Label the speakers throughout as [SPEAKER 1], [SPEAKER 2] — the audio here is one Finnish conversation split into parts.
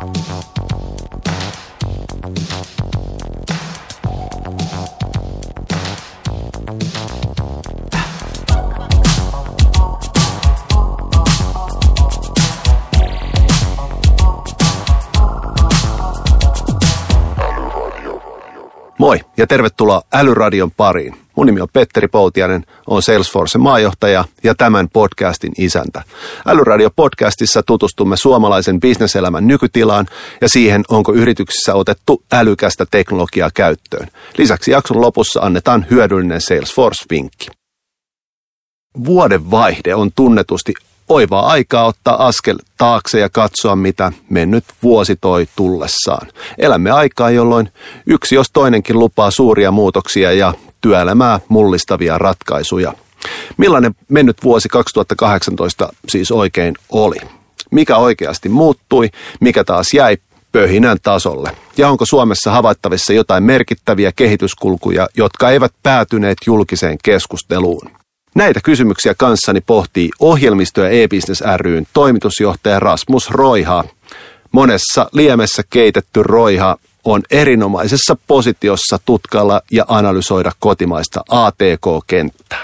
[SPEAKER 1] Moi ja tervetuloa Älyradion pariin. Mun nimi on Petteri Poutiainen, olen Salesforcen maajohtaja ja tämän podcastin isäntä. Älyradio-podcastissa tutustumme suomalaisen bisneselämän nykytilaan ja siihen, onko yrityksissä otettu älykästä teknologiaa käyttöön. Lisäksi jakson lopussa annetaan hyödyllinen Salesforce-vinkki. Vuodenvaihde on tunnetusti oivaa aikaa ottaa askel taakse ja katsoa, mitä mennyt vuosi toi tullessaan. Elämme aikaa, jolloin yksi jos toinenkin lupaa suuria muutoksia ja työelämää mullistavia ratkaisuja. Millainen mennyt vuosi 2018 siis oikein oli? Mikä oikeasti muuttui? Mikä taas jäi pöhinän tasolle? Ja onko Suomessa havaittavissa jotain merkittäviä kehityskulkuja, jotka eivät päätyneet julkiseen keskusteluun? Näitä kysymyksiä kanssani pohtii ohjelmisto- ja e-business ry:n toimitusjohtaja Rasmus Roiha. Monessa liemessä keitetty Roiha on erinomaisessa positiossa tutkailla ja analysoida kotimaista ATK-kenttää.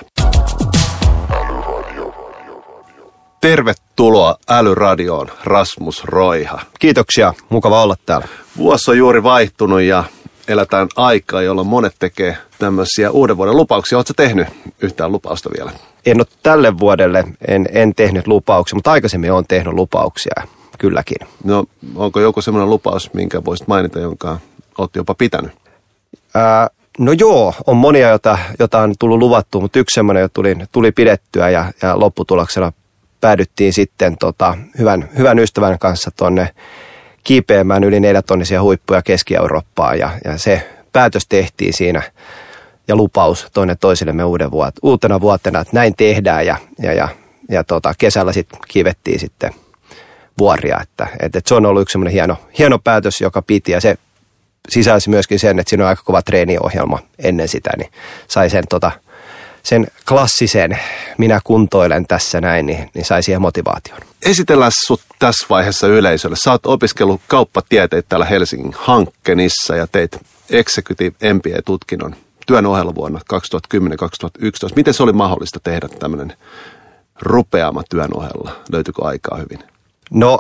[SPEAKER 1] Tervetuloa Älyradioon, Rasmus Roiha.
[SPEAKER 2] Kiitoksia, mukava olla täällä.
[SPEAKER 1] Vuosi on juuri vaihtunut ja eletään aikaa, jolloin monet tekee tämmöisiä uuden vuoden lupauksia. Oletko tehnyt yhtään lupausta vielä?
[SPEAKER 2] En ole tälle vuodelle, en tehnyt lupauksia, mutta aikaisemmin olen tehnyt lupauksia, kylläkin.
[SPEAKER 1] No, onko joku semmoinen lupaus, minkä voisit mainita, jonka olet jopa pitänyt?
[SPEAKER 2] No joo, on monia, jota on tullut luvattua, mutta yksi semmoinen tuli pidettyä ja lopputuloksena päädyttiin sitten hyvän ystävän kanssa tuonne kiipeämään yli 4-tonnisia huippuja Keski-Eurooppaan ja se päätös tehtiin siinä ja lupaus toinen toisillemme uutena vuotena, että näin tehdään ja kesällä sitten kiivettiin sitten vuoria, että se on ollut yksi semmoinen hieno päätös, joka piti ja se sisälsi myöskin sen, että siinä on aika kova treeniohjelma ennen sitä, niin sai sen klassisen minä kuntoilen tässä näin, niin sai siihen motivaation.
[SPEAKER 1] Esitellään sut tässä vaiheessa yleisölle. Sä oot opiskellut kauppatieteitä täällä Helsingin Hankkenissa ja teit Executive MBA-tutkinnon työn ohella vuonna 2010-2011. Miten se oli mahdollista tehdä tämmöinen rupeama työn ohella? Löytyykö aikaa hyvin?
[SPEAKER 2] No,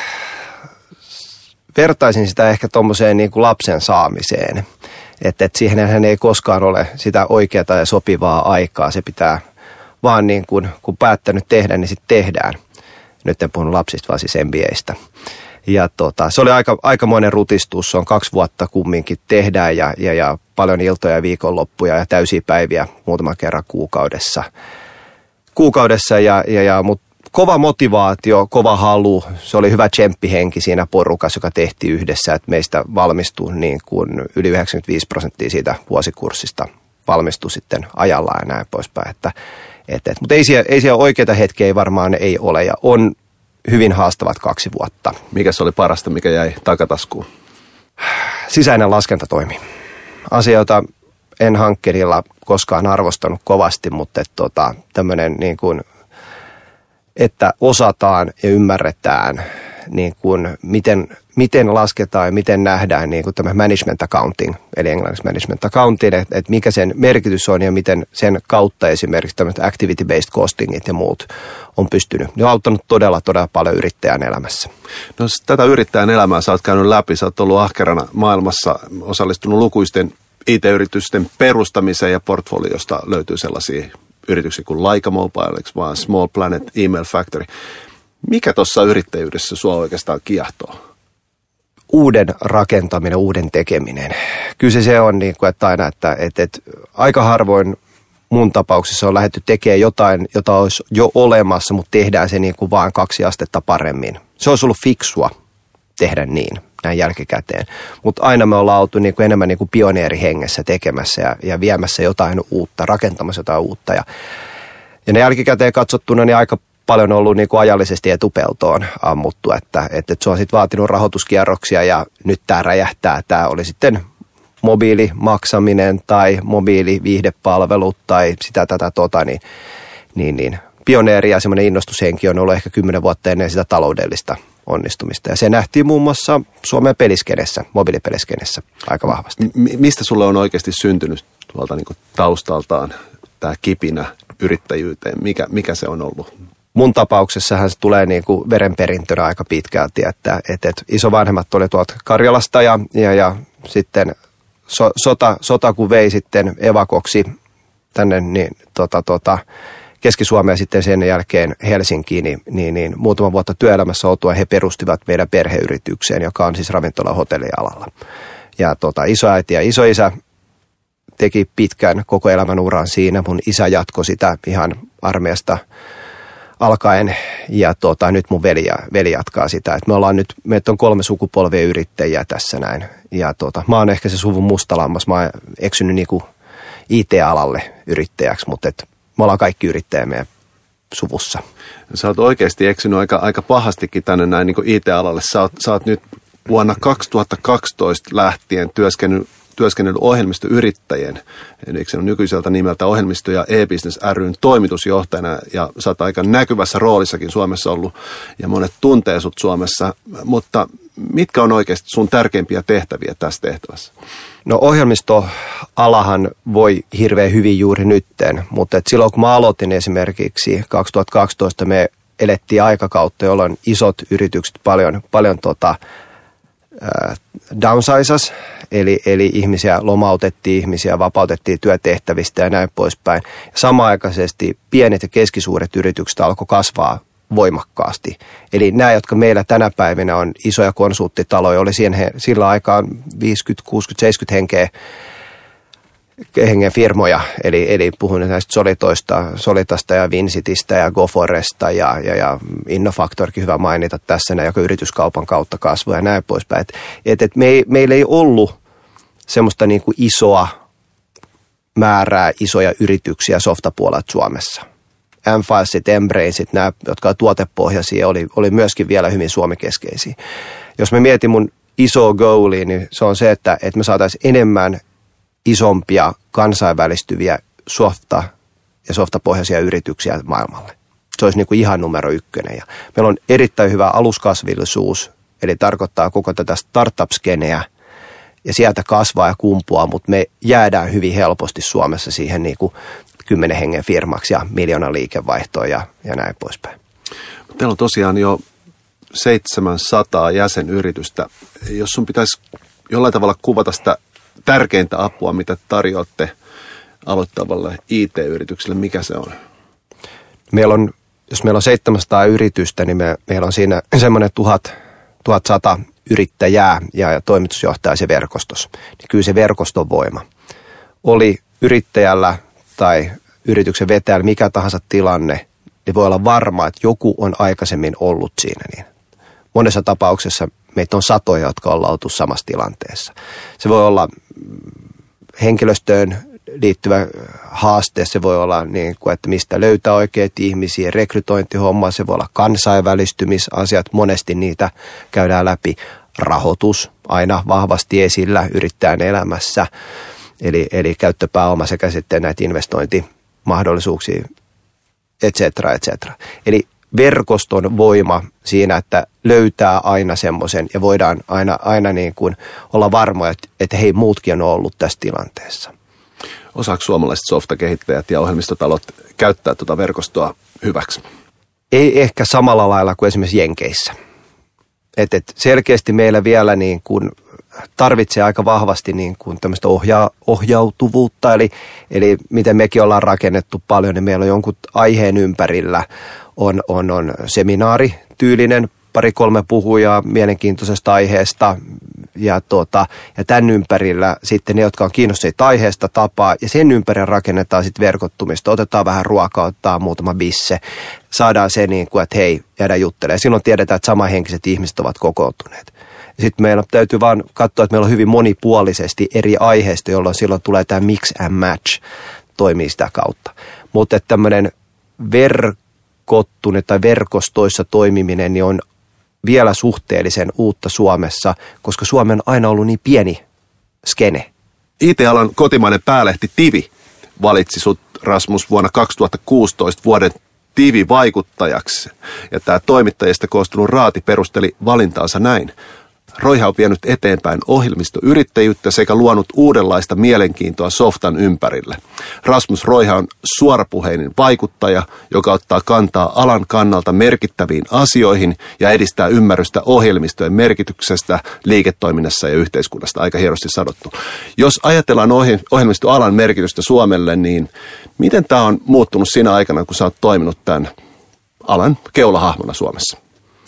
[SPEAKER 2] vertaisin sitä ehkä tommoseen niin kuin lapsen saamiseen. Että siihenhän ei koskaan ole sitä oikeaa ja sopivaa aikaa. Se pitää vaan niin kuin, kun päättänyt tehdä, niin sitten tehdään. Nyt en puhunut lapsista, vaan siis MBA:stä. Ja se oli aikamoinen rutistus. Se on 2 vuotta kumminkin tehdään ja paljon iltoja ja viikonloppuja ja täysiä päiviä muutaman kerran kuukaudessa. Mutta kova motivaatio, kova halu. Se oli hyvä tsemppihenki siinä porukassa, joka tehtiin yhdessä, että meistä valmistui niin kuin yli 95% siitä vuosikurssista valmistui sitten ajallaan ja näin poispäin. Mutta ei siellä oikeita hetkeä varmaan ei ole ja on hyvin haastavat 2 vuotta.
[SPEAKER 1] Mikä se oli parasta, mikä jäi takataskuun?
[SPEAKER 2] Sisäinen laskentatoimi. Asia, jota en Hankkenilla koskaan arvostanut kovasti, mutta tämmöinen niin kuin että osataan ja ymmärretään, niin kuin miten lasketaan ja miten nähdään niin kuin tämä management accounting, eli englanniksi management accounting, että mikä sen merkitys on ja miten sen kautta esimerkiksi tämmöiset activity-based costingit ja muut on pystynyt. Ne on auttanut todella paljon yrittäjän elämässä.
[SPEAKER 1] No tätä yrittäjän elämää sä oot käynyt läpi, sä oot ollut ahkerana maailmassa, osallistunut lukuisten IT-yritysten perustamiseen ja portfoliosta löytyy sellaisia yrityksiä kuin Laika Mobile, vaan Small Planet, Email Factory. Mikä tuossa yrittäjyydessä sua oikeastaan kiehtoo?
[SPEAKER 2] Uuden rakentaminen, uuden tekeminen. Kyllä se on niin kuin, että aina, että aika harvoin mun tapauksessa on lähdetty tekemään jotain, jota olisi jo olemassa, mutta tehdään se niin kuin vaan 2 astetta paremmin. Se olisi ollut fiksua tehdä niin, näin jälkikäteen. Mutta aina me ollaan oltu niin kuin enemmän niin kuin pioneerihengessä tekemässä ja viemässä jotain uutta, rakentamassa jotain uutta. Ja ne jälkikäteen katsottuna niin aika paljon ollut niin kuin ajallisesti etupeltoon ammuttu, että se on sitten vaatinut rahoituskierroksia ja nyt tämä räjähtää. Tämä oli sitten mobiilimaksaminen tai mobiiliviihdepalvelut tai sitä niin pioneeri ja semmoinen innostushenki on ollut ehkä 10 vuotta ennen sitä taloudellista onnistumista. Ja se nähtiin muun muassa Suomen peliskenessä, mobiilipeliskenessä aika vahvasti.
[SPEAKER 1] Mistä sulle on oikeasti syntynyt tuolta niin kuin taustaltaan tämä kipinä yrittäjyyteen? Mikä se on ollut?
[SPEAKER 2] Mun tapauksessahan se tulee niin kuin verenperintönä aika pitkälti, että isovanhemmat oli tuolta Karjalasta ja sitten sota kun vei sitten evakoksi tänne niin, Keski-Suomeen sitten sen jälkeen Helsinkiin, niin muutama vuotta työelämässä oltua he perustivat meidän perheyritykseen, joka on siis ravintola- ja hotellialalla. Ja isoäiti ja isoisä teki pitkän koko elämän uran siinä. Mun isä jatkoi sitä ihan armeijasta alkaen ja nyt mun veli jatkaa sitä. Et meitä on 3 sukupolvia yrittäjiä tässä näin. Ja mä oon ehkä se suvun mustalammas. Mä oon eksynyt niinku IT-alalle yrittäjäksi, mutta me ollaan kaikki yrittäjiä meidän suvussa.
[SPEAKER 1] Sä oot oikeasti eksynyt aika pahastikin tänne näin niin kuin IT-alalle. Sä oot nyt vuonna 2012 lähtien työskennellyt ohjelmistoyrittäjien, eli se on nykyiseltä nimeltä Ohjelmisto- ja e-business ry:n toimitusjohtajana, ja sä oot aika näkyvässä roolissakin Suomessa ollut, ja monet tuntee sut Suomessa, mutta mitkä on oikeasti sun tärkeimpiä tehtäviä tässä tehtävässä?
[SPEAKER 2] No ohjelmistoalahan voi hirveän hyvin juuri nytten, mutta silloin kun mä aloitin esimerkiksi 2012, me elettiin aikakautta, jolloin isot yritykset paljon downsizas, eli ihmisiä lomautettiin, ihmisiä vapautettiin työtehtävistä ja näin poispäin. Samanaikaisesti pienet ja keskisuuret yritykset alkoi kasvaa voimakkaasti. Eli nämä, jotka meillä tänä päivinä on isoja konsulttitaloja, oli sillä aikaan 50, 60, 70 hengen firmoja, eli puhun näistä Solitasta ja Vincitistä ja Goforesta ja Innofactorkin hyvä mainita tässä, joka yrityskaupan kautta kasvoi ja näin poispäin. Meillä ei ollut semmoista niin kuin isoa määrää isoja yrityksiä softapuolella Suomessa. M-Filesit, Embraceit, nämä, jotka on tuotepohjaisia, oli myöskin vielä hyvin suomikeskeisiä. Jos me mietin mun iso goalia, niin se on se, että me saataisiin enemmän isompia kansainvälistyviä softapohjaisia yrityksiä maailmalle. Se olisi niin kuin ihan numero 1. Ja meillä on erittäin hyvä aluskasvillisuus, eli tarkoittaa koko tätä startup-skeneä, ja sieltä kasvaa ja kumpuaa, mutta me jäädään hyvin helposti Suomessa siihen niin kuin 10 hengen firmaksi ja 1 miljoona liikevaihtoa ja näin poispäin.
[SPEAKER 1] Teillä on tosiaan jo 700 jäsenyritystä. Jos sun pitäisi jollain tavalla kuvata sitä tärkeintä apua, mitä tarjoatte aloittavalle IT-yritykselle, mikä se on?
[SPEAKER 2] Jos meillä on 700 yritystä, niin meillä on siinä semmoinen 1100 yrittäjää ja toimitusjohtaja se verkostos. Niin kyllä se verkoston voima. Oli yrittäjällä tai yrityksen vetäjällä mikä tahansa tilanne, niin voi olla varma, että joku on aikaisemmin ollut siinä. Niin monessa tapauksessa meitä on satoja, jotka ollaan oltu samassa tilanteessa. Se voi olla henkilöstöön liittyvä haaste, se voi olla niin kuin, että mistä löytää oikeita ihmisiä, rekrytointihomma, se voi olla kansainvälistymisasiat, monesti niitä käydään läpi. Rahoitus aina vahvasti esillä yrittäjän elämässä, eli käyttöpääoma sekä sitten näitä investointimahdollisuuksia, et cetera. Eli verkoston voima siinä, että löytää aina semmoisen ja voidaan aina niin kuin olla varmoja, että hei, muutkin on ollut tässä tilanteessa.
[SPEAKER 1] Osaako suomalaiset softakehittäjät ja ohjelmistotalot käyttää tuota verkostoa hyväksi?
[SPEAKER 2] Ei ehkä samalla lailla kuin esimerkiksi Jenkeissä. Et selkeästi meillä vielä niin kuin tarvitsee aika vahvasti niin kuin tämmöistä ohjautuvuutta, eli miten mekin ollaan rakennettu paljon, niin meillä on jonkun aiheen ympärillä on seminaarityylinen 2-3 puhujaa mielenkiintoisesta aiheesta ja tämän ympärillä sitten ne, jotka on kiinnostuneita aiheesta tapaa ja sen ympärillä rakennetaan sitten verkottumista. Otetaan vähän ruokaa, ottaa muutama bisse, saadaan se niin kuin, että hei, jäädään juttelemaan. Silloin tiedetään, että samanhenkiset ihmiset ovat kokoontuneet. Sitten meillä täytyy vaan katsoa, että meillä on hyvin monipuolisesti eri aiheista, jolloin silloin tulee tämä mix and match, toimii sitä kautta. Mutta tämmöinen verkottunut tai verkostoissa toimiminen niin on vielä suhteellisen uutta Suomessa, koska Suomi on aina ollut niin pieni skene.
[SPEAKER 1] IT-alan kotimainen päälehti Tivi valitsi sut, Rasmus, vuonna 2016 vuoden TV-vaikuttajaksi. Ja tämä toimittajista koostunut raati perusteli valintaansa näin. Roiha on vienyt eteenpäin ohjelmistoyrittäjyyttä sekä luonut uudenlaista mielenkiintoa softan ympärille. Rasmus Roiha on suorapuheinen vaikuttaja, joka ottaa kantaa alan kannalta merkittäviin asioihin ja edistää ymmärrystä ohjelmistojen merkityksestä liiketoiminnassa ja yhteiskunnasta. Aika hienosti sanottu. Jos ajatellaan ohjelmistoalan merkitystä Suomelle, niin miten tämä on muuttunut siinä aikana, kun sä oot toiminut tämän alan keulahahmona Suomessa?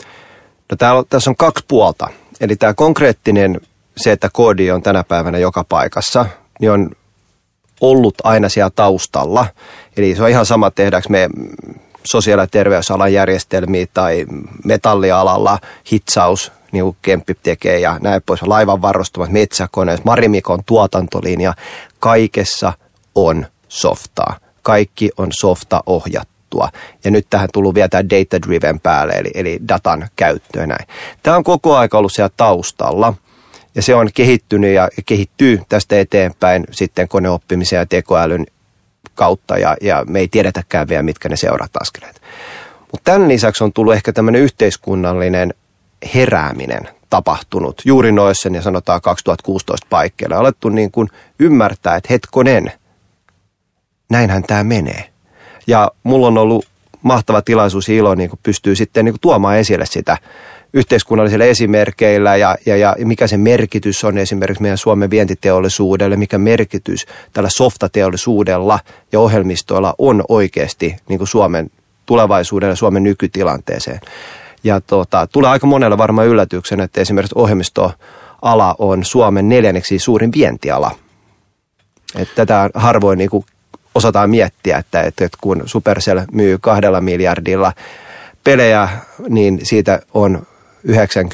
[SPEAKER 2] No tässä on kaksi puolta. Eli tämä konkreettinen, se, että koodi on tänä päivänä joka paikassa, niin on ollut aina siellä taustalla. Eli se on ihan sama, tehdäänkö me sosiaali- ja terveysalan järjestelmiä tai metallialalla hitsaus, niin kuin Kemppi tekee ja näin pois, laivan varustamat metsäkoneet, Marimikon tuotantolinja, kaikessa on softaa. Kaikki on softa-ohjattua. Ja nyt tähän tullut vielä tämä data-driven päälle, eli datan käyttö ja näin. Tämä on koko aika ollut siellä taustalla, ja se on kehittynyt ja kehittyy tästä eteenpäin sitten koneoppimisen ja tekoälyn kautta, ja me ei tiedetäkään vielä, mitkä ne seuraat askeleet. Mutta tämän lisäksi on tullut ehkä tämmöinen yhteiskunnallinen herääminen tapahtunut juuri noissa, ja sanotaan 2016 paikkeilla. On alettu niin kuin ymmärtää, että hetkonen, näinhän tämä menee. Ja mulla on ollut mahtava tilaisuus ja ilo niin kuin pystyy sitten niin kuin tuomaan esille sitä yhteiskunnallisilla esimerkkeillä ja mikä se merkitys on esimerkiksi meidän Suomen vientiteollisuudelle, mikä merkitys tällä softateollisuudella ja ohjelmistoilla on oikeasti niin kuin Suomen tulevaisuudelle, Suomen nykytilanteeseen. Ja tulee aika monelle varmaan yllätyksen, että esimerkiksi ohjelmistoala on Suomen 4. suurin vientiala. Että tätä harvoin niin kuin osataan miettiä, että kun Supercell myy 2 miljardilla pelejä, niin siitä on 99%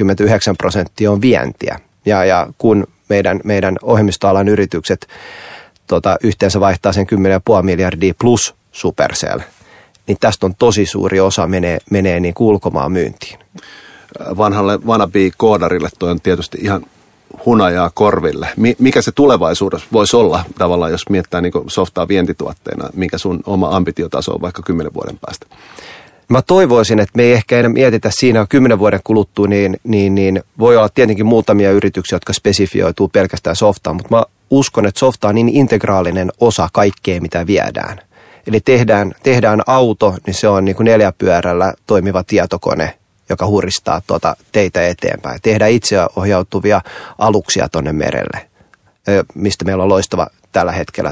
[SPEAKER 2] on vientiä. Ja kun meidän ohjelmistoalan yritykset yhteensä vaihtaa sen 10,5 miljardia plus Supercell, niin tästä on tosi suuri osa menee niin ulkomaan myyntiin.
[SPEAKER 1] Vanhalle wannabe-koodarille toi on tietysti ihan hunajaa korville. Mikä se tulevaisuudessa voisi olla tavallaan, jos miettää niin softaa vientituotteena, mikä sun oma ambitiotaso on vaikka 10 vuoden päästä?
[SPEAKER 2] Mä toivoisin, että me ei ehkä enää mietitä siinä 10 vuoden kuluttua, niin voi olla tietenkin muutamia yrityksiä, jotka spesifioituu pelkästään softaan, mutta mä uskon, että softa on niin integraalinen osa kaikkea, mitä viedään. Eli tehdään auto, niin se on niin kuin 4-pyörällä toimiva tietokone, joka huristaa teitä eteenpäin. Tehdään itseohjautuvia aluksia tuonne merelle, mistä meillä on loistava tällä hetkellä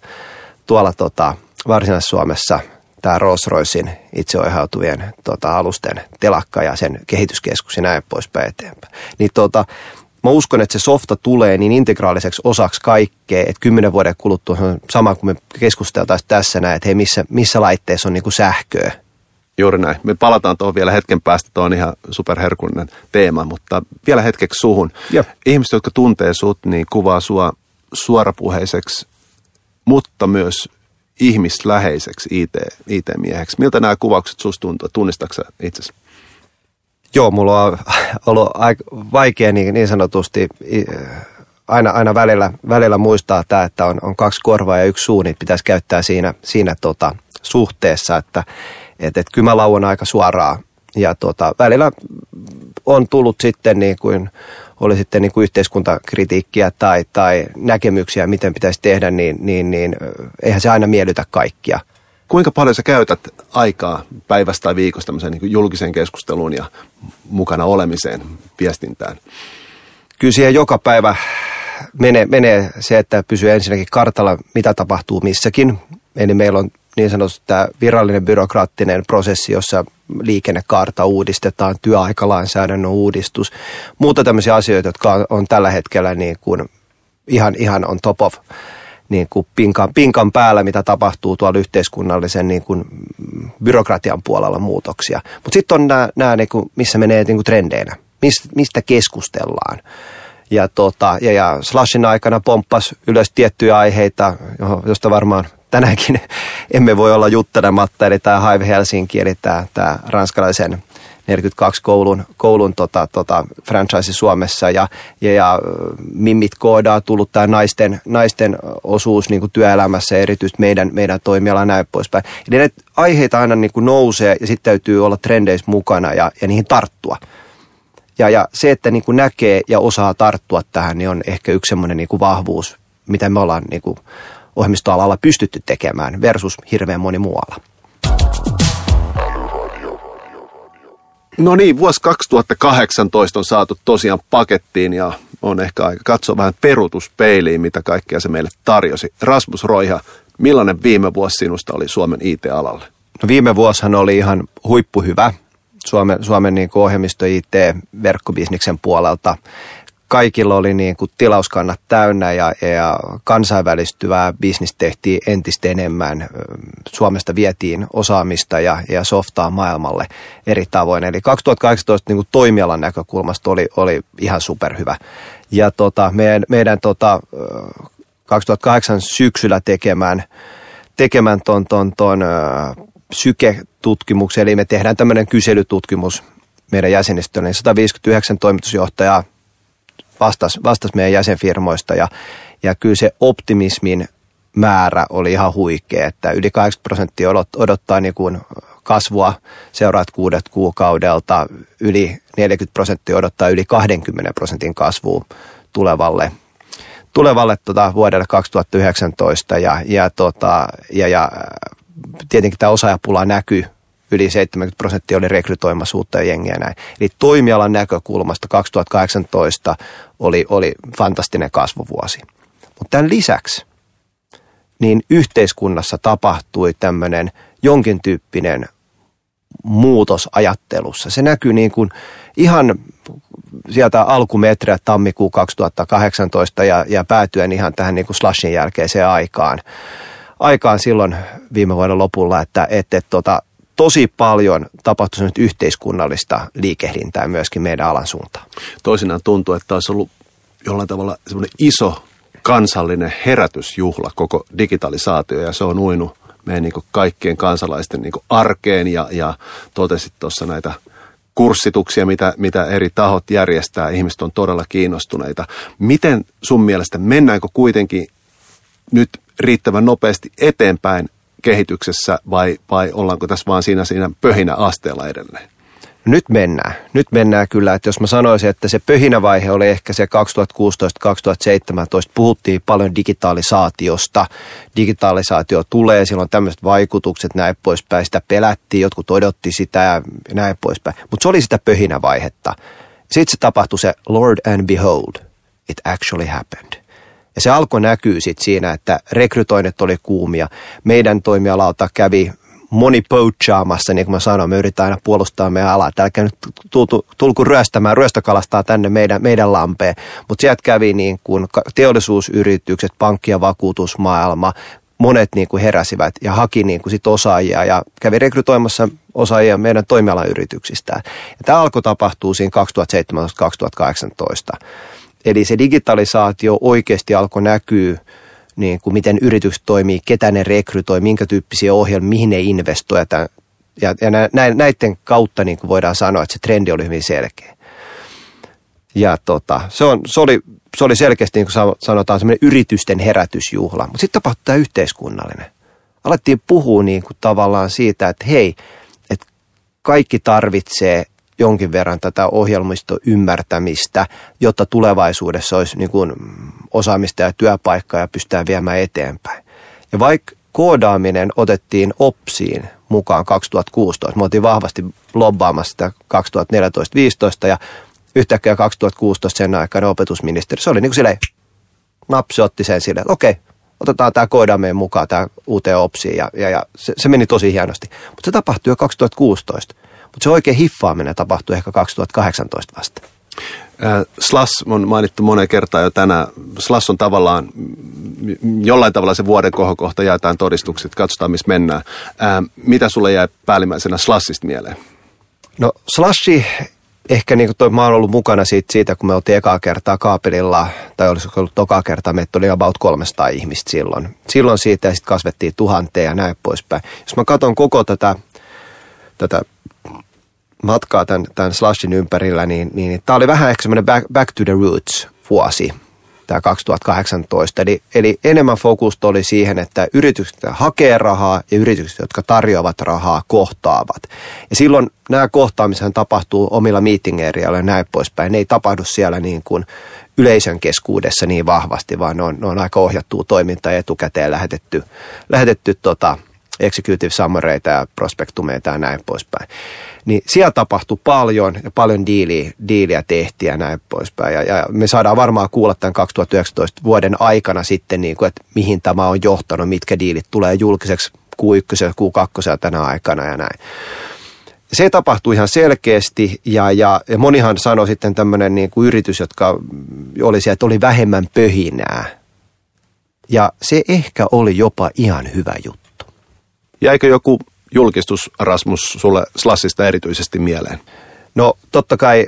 [SPEAKER 2] tuolla Varsinais-Suomessa tämä Rolls-Roycen itseohjautuvien alusten telakka ja sen kehityskeskus ja näin poispäin eteenpäin. Niin mä uskon, että se softa tulee niin integraaliseksi osaksi kaikkea, että 10 vuoden kuluttua on sama kuin me keskusteltaisiin tässä näin, että hei, missä laitteessa on niin kuin sähköä.
[SPEAKER 1] Juuri näin. Me palataan tuohon vielä hetken päästä. Tuo on ihan superherkullinen teema, mutta vielä hetkeksi suhun.
[SPEAKER 2] Jep.
[SPEAKER 1] Ihmiset, jotka tuntee sut, niin kuvaa sua suorapuheiseksi, mutta myös ihmisläheiseksi IT-mieheksi. Miltä nämä kuvaukset susta tuntuu? Tunnistatko sä itsesi?
[SPEAKER 2] Joo, mulla on ollut aika vaikea niin sanotusti aina välillä muistaa tämä, että on 2 korvaa ja 1 suu, niin pitäisi käyttää siinä suhteessa, että kyllä mä lauan aika suoraan. Ja välillä on tullut sitten niin kuin oli sitten niin kuin yhteiskuntakritiikkiä tai näkemyksiä, miten pitäisi tehdä, niin eihän se aina miellytä kaikkia.
[SPEAKER 1] Kuinka paljon sä käytät aikaa päivästä tai viikosta tämmöiseen niin kuin julkiseen keskusteluun ja mukana olemiseen, viestintään?
[SPEAKER 2] Kyllä siihen joka päivä menee se, että pysyy ensinnäkin kartalla, mitä tapahtuu missäkin. Eli meillä on niin sanotusti tämä virallinen byrokraattinen prosessi, jossa liikennekaarta uudistetaan, työaikalainsäädännön uudistus, muuta tämmöisiä asioita, jotka on tällä hetkellä niin kuin ihan on top of niin kuin pinkan päällä, mitä tapahtuu tuolla yhteiskunnallisen niin kuin byrokratian puolella muutoksia. Mutta sitten on nämä niin kuin, missä menee niin kuin trendeinä, mistä keskustellaan. Ja Slashin aikana pomppasi ylös tiettyjä aiheita, josta varmaan tänäänkin emme voi olla juttelematta, eli tämä Hive Helsinki, eli tämä ranskalaisen 42 koulun franchise Suomessa ja Mimmit koodaa tullut tämä naisten osuus niin kuin työelämässä, erityisesti meidän toimiala näin poispäin. Eli näitä aiheita aina niin kuin nousee ja sitten täytyy olla trendeissä mukana ja niihin tarttua. Ja se, että niin kuin näkee ja osaa tarttua tähän, niin on ehkä yksi semmoinen niin kuin vahvuus, mitä me ollaan niin kuin ohjelmistoalalla pystytty tekemään versus hirveän moni muualla.
[SPEAKER 1] No niin, vuosi 2018 on saatu tosiaan pakettiin ja on ehkä aika katsoa vähän peruutuspeiliin, mitä kaikkea se meille tarjosi. Rasmus Roiha, millainen viime vuosi sinusta oli Suomen IT-alalle?
[SPEAKER 2] No viime vuosihan oli ihan huippuhyvä Suomen niin kuin ohjelmisto IT-verkkobisniksen puolelta. Kaikilla oli niin kuin tilauskannat täynnä ja kansainvälistyvää bisnis tehtiin entistä enemmän. Suomesta vietiin osaamista ja softaa maailmalle eri tavoin. Eli 2018 niin kuin toimialan näkökulmasta oli ihan superhyvä. Ja meidän 2008 syksyllä tekemään ton Syke-tutkimuksen, eli me tehdään tämmöinen kyselytutkimus meidän jäsenistölle, niin 159 toimitusjohtajaa vastasi meidän jäsenfirmoista ja kyllä se optimismin määrä oli ihan huikea, että yli 80% odottaa niin kuin kasvua seuraavat 6 kuukaudelta, yli 40% odottaa yli 20% kasvua tulevalle vuodelle 2019 ja tietenkin tämä osaajapula näkyy. Yli 70% oli rekrytoimassa uutta jengiä näin. Eli toimialan näkökulmasta 2018 oli fantastinen kasvuvuosi. Mutta tämän lisäksi niin yhteiskunnassa tapahtui tämmöinen jonkin tyyppinen muutos ajattelussa. Se näkyy niin kuin ihan sieltä alkumetreä tammikuu 2018 ja päätyen ihan tähän niin kuin slashin jälkeiseen aikaan silloin viime vuoden lopulla, että tosi paljon tapahtui yhteiskunnallista liikehdintää myöskin meidän alan suuntaan.
[SPEAKER 1] Toisinaan tuntuu, että olisi ollut jollain tavalla semmoinen iso kansallinen herätysjuhla koko digitalisaatio ja se on uinut meidän niin kuin kaikkien kansalaisten niin kuin arkeen ja totesit tuossa näitä kurssituksia, mitä eri tahot järjestää. Ihmiset on todella kiinnostuneita. Miten sun mielestä mennäänkö kuitenkin nyt riittävän nopeasti eteenpäin kehityksessä vai ollaanko tässä vaan siinä pöhinäasteella edelleen?
[SPEAKER 2] Nyt mennään kyllä, että jos mä sanoisin, että se pöhinävaihe oli ehkä se 2016-2017, puhuttiin paljon digitalisaatiosta. Digitalisaatio tulee, silloin tämmöiset vaikutukset, näin poispäin, sitä pelättiin, jotkut odotti sitä ja näin poispäin. Mutta se oli sitä pöhinävaihetta. Sitten se tapahtui se Lord and behold, it actually happened. Ja se alkoi näkyä sitten siinä, että rekrytoinnit oli kuumia. Meidän toimialalta kävi moni poachaamassa, niin kuin mä sanoin, me yritetään aina puolustaa meidän alaa. Älkää nyt tulku ryöstökalastaa tänne meidän lampeen. Mutta sieltä kävi niin kuin teollisuusyritykset, pankki- ja vakuutusmaailma, monet niin kuin heräsivät ja haki niin kuin sit osaajia ja kävi rekrytoimassa osaajia meidän toimialan yrityksistä. Ja tämä alkoi tapahtua siinä 2017-2018. Eli se digitalisaatio oikeasti alkoi näkyä, niin kuin miten yritykset toimii, ketä ne rekrytoi, minkä tyyppisiä ohjelmia, mihin ne investoi. Ja näiden kautta niin kuin voidaan sanoa, että se trendi oli hyvin selkeä. Ja se oli selkeästi, niin kuin sanotaan, semmoinen yritysten herätysjuhla. Mutta sitten tapahtui tämä yhteiskunnallinen. Alettiin puhua niin kuin tavallaan siitä, että hei, että kaikki tarvitsee jonkin verran tätä ohjelmistoymmärtämistä, jotta tulevaisuudessa olisi niin kuin osaamista ja työpaikkaa ja pystytään viemään eteenpäin. Ja vaikka koodaaminen otettiin OPSiin mukaan 2016, me oltiin vahvasti lobbaamassa sitä 2014-2015 ja yhtäkkiä 2016 sen aikana opetusministeri, se oli niin kuin silleen, napsi otti sen silleen, että okei, otetaan tämä koodaaminen mukaan, tämä uuteen OPSiin ja se meni tosi hienosti. Mutta se tapahtui jo 2016. Mutta se oikein hiffaaminen tapahtui ehkä 2018 vasta.
[SPEAKER 1] Slash on mainittu moneen kertaan jo tänään. Slash on tavallaan, jollain tavalla se vuoden kohokohta, jaetaan todistukset, katsotaan missä mennään. Mitä sulle jäi päällimmäisenä Slashista mieleen?
[SPEAKER 2] No Slashi ehkä niin kuin mä oon ollut mukana siitä, kun me oltiin ekaa kertaa kaapelilla, tai olisiko ollut tokaa kertaa, meitä oli about 300 ihmistä silloin. Silloin siitä ja sitten kasvettiin 1000 ja näin poispäin. Jos mä katson koko tätä matkaa tämän Slushin ympärillä, niin tämä oli vähän ehkä semmoinen back to the roots vuosi, tämä 2018. Eli enemmän fokusta oli siihen, että yritykset hakee rahaa ja yritykset, jotka tarjoavat rahaa, kohtaavat. Ja silloin nämä kohtaamiset tapahtuu omilla meeting arealla ja näin poispäin. Ne ei tapahdu siellä niin kuin yleisön keskuudessa niin vahvasti, vaan ne on aika ohjattua toimintaa etukäteen lähetetty executive summareita ja prospektumeita ja näin poispäin. Niin siellä tapahtui paljon ja paljon diiliä tehtiin ja näin poispäin. Ja me saadaan varmaan kuulla tämän 2019 vuoden aikana sitten, niin kuin, että mihin tämä on johtanut, mitkä diilit tulee julkiseksi Q1 ja Q2 tänä aikana ja näin. Se tapahtui ihan selkeästi ja monihan sanoi sitten tämmöinen niin kuin yritys, jotka oli siellä, että oli vähemmän pöhinää. Ja se ehkä oli jopa ihan hyvä juttu.
[SPEAKER 1] Jäikö joku julkistus, Rasmus, sulle Slushista erityisesti mieleen?
[SPEAKER 2] No totta kai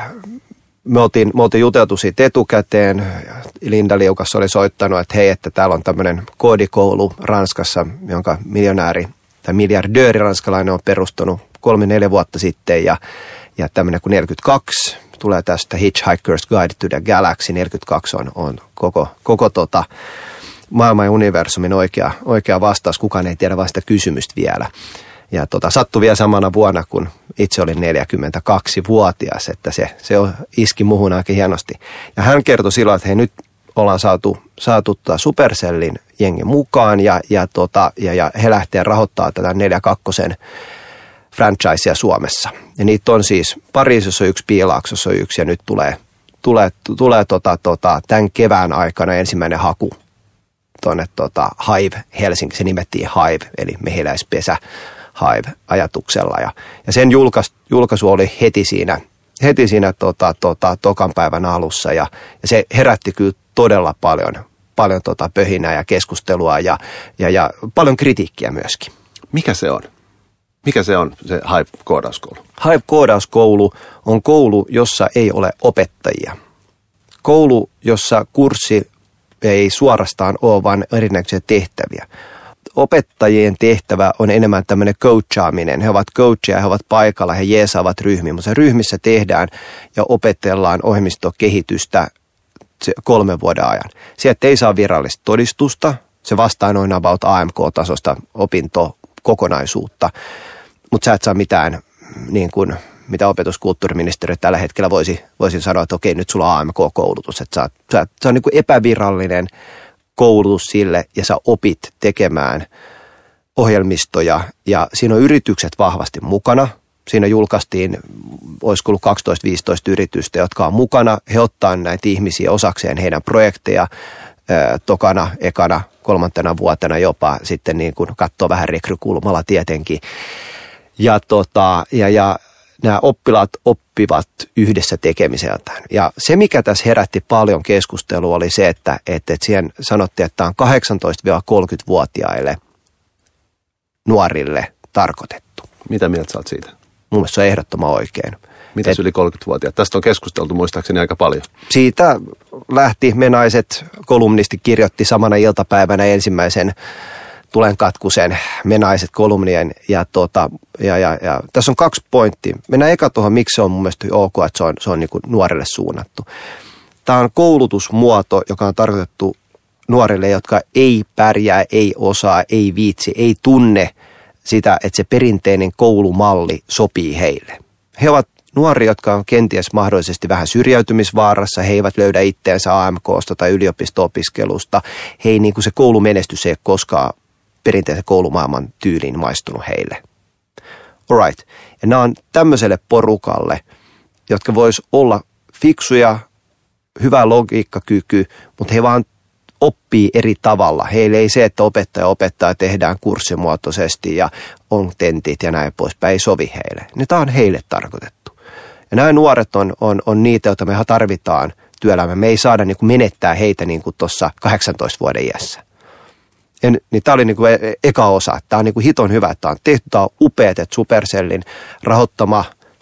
[SPEAKER 2] me oltiin juteltu siitä etukäteen. Linda Liukas oli soittanut, että hei, että täällä on tämmöinen koodikoulu Ranskassa, jonka miljardööri ranskalainen on perustanut 3-4 vuotta sitten. Ja tämmöinen kuin 42 tulee tästä Hitchhiker's Guide to the Galaxy. 42 on koko maailman ja universumin oikea vastaus. Kukaan ei tiedä vain sitä kysymystä vielä. Ja sattui vielä samana vuonna, kun itse olin 42-vuotias, että se iski muhun aika hienosti. Ja hän kertoi silloin, että hei, nyt ollaan saatu Supercellin jengi mukaan ja he lähtee rahoittamaan tätä 42 franchisea Suomessa. Ja niitä on siis Pariisissa on yksi, Piilaaksossa on yksi ja nyt tulee tämän kevään aikana ensimmäinen haku tuonne Hive Helsinki, se nimettiin Hive, eli mehiläispesä Hive-ajatuksella. Ja sen julkaisu oli heti siinä tokan päivän alussa ja se herätti kyllä todella paljon pöhinää ja keskustelua ja paljon kritiikkiä myöskin.
[SPEAKER 1] Mikä se on? Mikä se on, se Hive-koodauskoulu?
[SPEAKER 2] Hive-koodauskoulu on koulu, jossa ei ole opettajia. Koulu, jossa kurssi ei suorastaan ole, vaan erinäköisiä tehtäviä. Opettajien tehtävä on enemmän tämmöinen coachaaminen. He ovat coachia, he ovat paikalla, he jeesaavat ryhmiä, mutta ryhmissä tehdään ja opetellaan ohjelmistokehitystä 3 vuoden ajan. Sieltä ei saa virallista todistusta, se vastaa noin about AMK-tasosta opintokokonaisuutta, mutta sä et saa mitään niin kuin mitä opetuskulttuuriministeriö tällä hetkellä voisi sanoa, että okei, nyt sulla on AMK-koulutus. Että se on niin kuin epävirallinen koulutus sille ja sä opit tekemään ohjelmistoja ja siinä on yritykset vahvasti mukana. Siinä julkaistiin, olisiko ollut 12-15 yritystä, jotka on mukana. He ottaa näitä ihmisiä osakseen heidän projekteja tokana, ekana, 3. vuotena jopa sitten niin kuin katsoo vähän rekrykulmalla tietenkin. Ja nämä oppilaat oppivat yhdessä tekemiseltään. Ja se, mikä tässä herätti paljon keskustelua, oli se, että siihen sanottiin, että tämä on 18-30-vuotiaille nuorille tarkoitettu.
[SPEAKER 1] Mitä mieltä sä oot siitä?
[SPEAKER 2] Mun mielestä se on ehdottoman oikein.
[SPEAKER 1] Mitäs yli 30-vuotiaat? Tästä on keskusteltu muistaakseni aika paljon.
[SPEAKER 2] Siitä lähti Me Naiset, kolumnisti kirjoitti samana iltapäivänä ensimmäisen Tulenkatkusen Me Naiset kolumnien ja tässä on 2 pointtia. Mennään eka tuohon, miksi se on mun mielestä ok, että se on niin kuin nuorille suunnattu. Tämä on koulutusmuoto, joka on tarkoitettu nuorille, jotka ei pärjää, ei osaa, ei viitsi, ei tunne sitä, että se perinteinen koulumalli sopii heille. He ovat nuoria, jotka on kenties mahdollisesti vähän syrjäytymisvaarassa, he eivät löydä itteensä AMK:sta tai yliopisto-opiskelusta. Niin kuin se koulumenestys ei koskaan perinteisen koulumaailman tyyliin maistunut heille. Alright. Ja nämä on tämmöiselle porukalle, jotka vois olla fiksuja, hyvä logiikkakyky, mutta he vaan oppii eri tavalla. Heille ei se, että opettaja opettaa tehdään kurssimuotoisesti ja on tentit ja näin poispäin, ei sovi heille. Tämä on heille tarkoitettu. Ja nämä nuoret on niitä, joita me tarvitaan työelämään. Me ei saada niin kuin menettää heitä niin kuin tuossa 18 vuoden iässä. Niin tämä oli niin kuin eka osa. Tämä on niin kuin hiton hyvä, että tämä on tehty. Tämä on upeat, että Supercellin rahoittama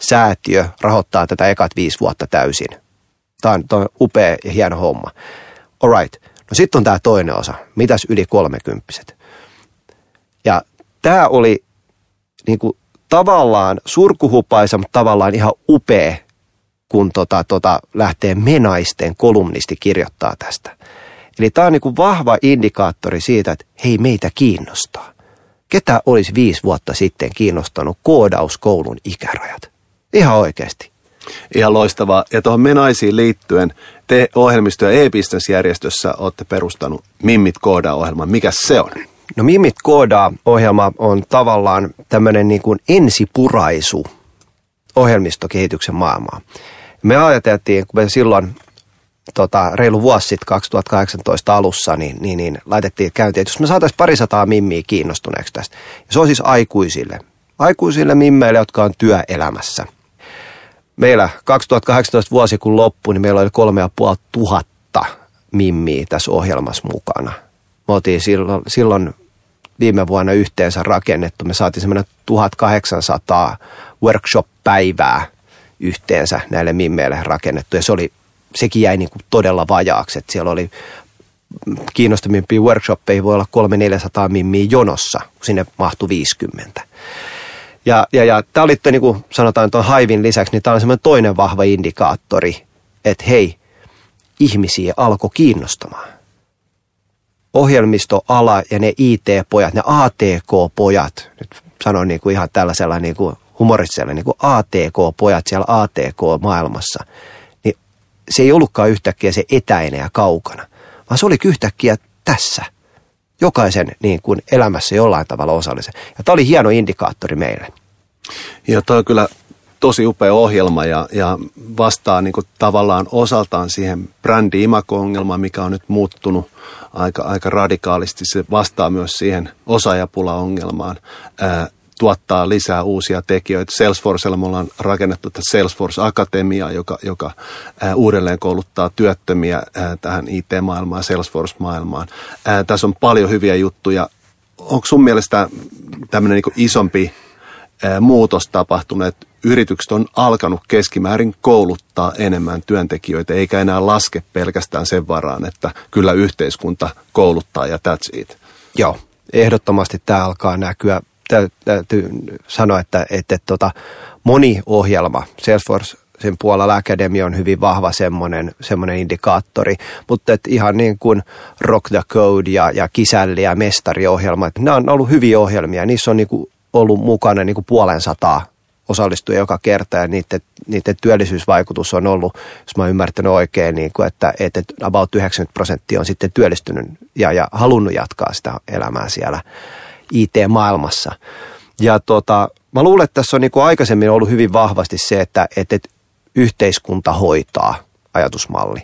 [SPEAKER 2] säätiö rahoittaa tätä ekat 5 vuotta täysin. Tämä on upea ja hieno homma. Alright. No sitten on tämä toinen osa. Mitäs yli 30-vuotiaat? Ja tämä oli niinku tavallaan surkuhupaisa, mutta tavallaan ihan upea, kun lähtee Menaisten kolumnisti kirjoittaa tästä. Eli tämä on niinku vahva indikaattori siitä, että hei, meitä kiinnostaa. Ketä olisi 5 vuotta sitten kiinnostanut koodauskoulun ikärajat? Ihan oikeasti.
[SPEAKER 1] Ihan loistavaa. Ja tuohon Menaisiin liittyen, te ohjelmisto- ja e-business-järjestössä olette perustanut Mimmit koodaa-ohjelman. Mikä se on?
[SPEAKER 2] No Mimmit koodaa-ohjelma on tavallaan tämmöinen niin kuin ensipuraisu ohjelmistokehityksen maailmaa. Me ajateltiin, kun me silloin reilu vuosi sitten 2018 alussa, niin laitettiin käyntiin, että jos me saataisiin 200 mimmiä kiinnostuneeksi tästä. Ja se on siis aikuisille mimmeille, jotka on työelämässä. Meillä 2018 vuosi kun loppui, niin meillä oli 3500 mimmiä tässä ohjelmassa mukana. Me oltiin silloin viime vuonna yhteensä rakennettu. Me saatiin semmoinen 1800 workshop-päivää yhteensä näille mimmeille rakennettu. Ja sekin jäi niin kuin todella vajaaksi. Että siellä oli kiinnostavimpia workshoppeihin voi olla 300-400 mimmiä jonossa, kun sinne mahtui 50. Ja tämä oli, niin kuin sanotaan tuon Haivin lisäksi, niin tämä on semmoinen toinen vahva indikaattori, että hei, ihmisiä alkoi kiinnostamaan. Ohjelmistoala ja ne IT-pojat, ne ATK-pojat, nyt sanon niin kuin ihan tällaisella niin kuin humoristisella, niin kuin ATK-pojat siellä ATK-maailmassa, niin se ei ollutkaan yhtäkkiä se etäinen ja kaukana, vaan se oli yhtäkkiä tässä. Jokaisen niin kuin elämässä jollain tavalla osallisen. Ja tämä oli hieno indikaattori meille.
[SPEAKER 1] Ja toi on kyllä tosi upea ohjelma ja vastaa niin kuin tavallaan osaltaan siihen brändi-imako-ongelmaan, mikä on nyt muuttunut aika radikaalisti. Se vastaa myös siihen osaajapula-ongelmaan, tuottaa lisää uusia tekijöitä. Salesforcella me ollaan rakennettu tätä Salesforce Akatemiaa, joka uudelleen kouluttaa työttömiä tähän IT-maailmaan, Salesforce-maailmaan. Tässä on paljon hyviä juttuja. Onko sun mielestä tämmöinen niin isompi muutos tapahtunut, että yritykset on alkanut keskimäärin kouluttaa enemmän työntekijöitä, eikä enää laske pelkästään sen varaan, että kyllä yhteiskunta kouluttaa ja that's it?
[SPEAKER 2] Joo, ehdottomasti tämä alkaa näkyä. Täytyy sanoa, että moni ohjelma, Salesforce sen puolella Academy on hyvin vahva semmoinen indikaattori, mutta ihan niin kuin Rock the Code ja Kisälli ja Mestari-ohjelmat, nämä on ollut hyviä ohjelmia, niissä on niin kuin ollut mukana niin kuin 500 osallistujia joka kerta ja niiden työllisyysvaikutus on ollut, jos mä oon ymmärtänyt oikein, niin kuin, että about 90% on sitten työllistynyt ja halunnut jatkaa sitä elämää siellä IT-maailmassa. Ja mä luulen, että tässä on niin kuin aikaisemmin ollut hyvin vahvasti se, että yhteiskunta hoitaa ajatusmalli.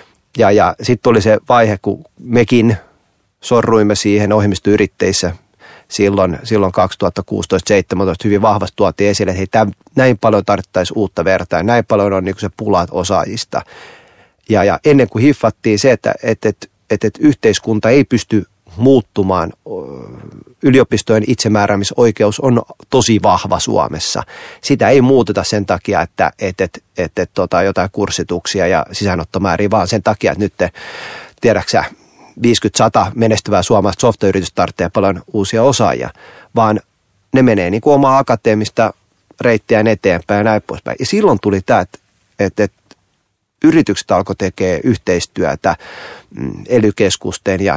[SPEAKER 2] Ja sitten oli se vaihe, kun mekin sorruimme siihen ohjelmistoyritteissä silloin 2016-2017 hyvin vahvasti tuotiin esille, että hei, näin paljon tarvittaisiin uutta vertaa ja näin paljon on niin kuin se pulat osaajista. Ja ennen kuin hiffattiin se, että yhteiskunta ei pysty muuttumaan, yliopistojen itsemääräämisoikeus on tosi vahva Suomessa. Sitä ei muuteta sen takia, että jotain kurssituksia ja sisäänottomääriä, vaan sen takia, että nyt tiedäksä 50-100 menestyvää suomalaista software-yritystä tarvitsee paljon uusia osaajia, vaan ne menee niin kuin omaa akateemista reittiään eteenpäin ja näin poispäin. Ja silloin tuli tämä, että yritykset alkoi tekemään yhteistyötä ELY-keskusten ja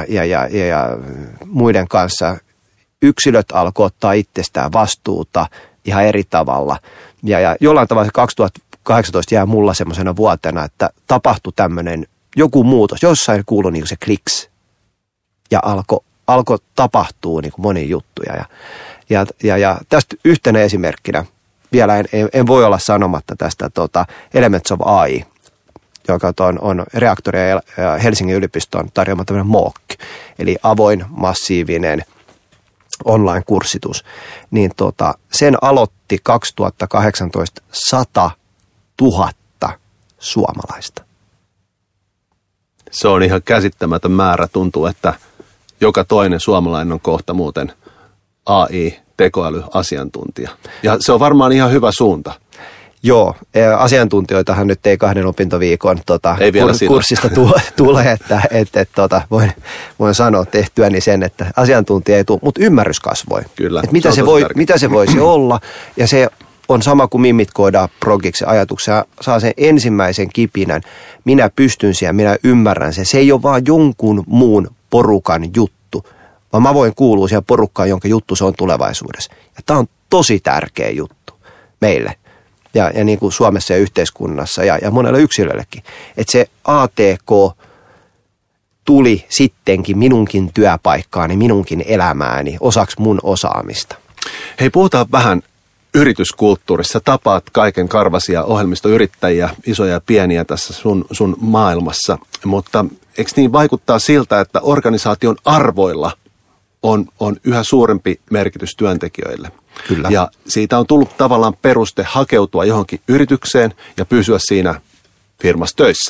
[SPEAKER 2] muiden kanssa. Yksilöt alkoi ottaa itsestään vastuuta ihan eri tavalla. Ja jollain tavalla se 2018 jää mulla semmoisena vuotena, että tapahtui tämmöinen joku muutos. Jossain kuului niin se kliks ja alkoi tapahtua niin monia juttuja. Ja tästä yhtenä esimerkkinä, vielä en voi olla sanomatta tästä Elements of AI, joka on Reaktori ja Helsingin yliopiston tarjoama tämmöinen MOOC, eli avoin, massiivinen online-kurssitus, niin sen aloitti 2018 100 000 suomalaista.
[SPEAKER 1] Se on ihan käsittämätön määrä. Tuntuu, että joka toinen suomalainen on kohta muuten AI-tekoälyasiantuntija. Ja se on varmaan ihan hyvä suunta.
[SPEAKER 2] Joo, asiantuntijoitahan nyt ei 2 opintoviikon kurssista tule, että voin sanoa tehtyäni sen, että asiantuntija ei tule, mutta ymmärrys kasvoi.
[SPEAKER 1] Kyllä,
[SPEAKER 2] että mitä se voisi olla, ja se on sama kuin mimmit koodaa progiksi ajatuksia, saa sen ensimmäisen kipinän, minä pystyn siihen, minä ymmärrän sen. Se ei ole vaan jonkun muun porukan juttu, vaan mä voin kuulua siihen porukkaan, jonka juttu se on tulevaisuudessa. Ja tämä on tosi tärkeä juttu meille ja niin kuin Suomessa ja yhteiskunnassa ja monelle yksilöllekin. Että se ATK tuli sittenkin minunkin työpaikkaani, minunkin elämääni, osaksi mun osaamista.
[SPEAKER 1] Hei, puhutaan vähän yrityskulttuurissa. Tapaat kaiken karvaisia ohjelmistoyrittäjiä, isoja ja pieniä tässä sun maailmassa, mutta eikö niin vaikuttaa siltä, että organisaation arvoilla on yhä suurempi merkitys työntekijöille?
[SPEAKER 2] Kyllä.
[SPEAKER 1] Ja siitä on tullut tavallaan peruste hakeutua johonkin yritykseen ja pysyä siinä firmassa töissä.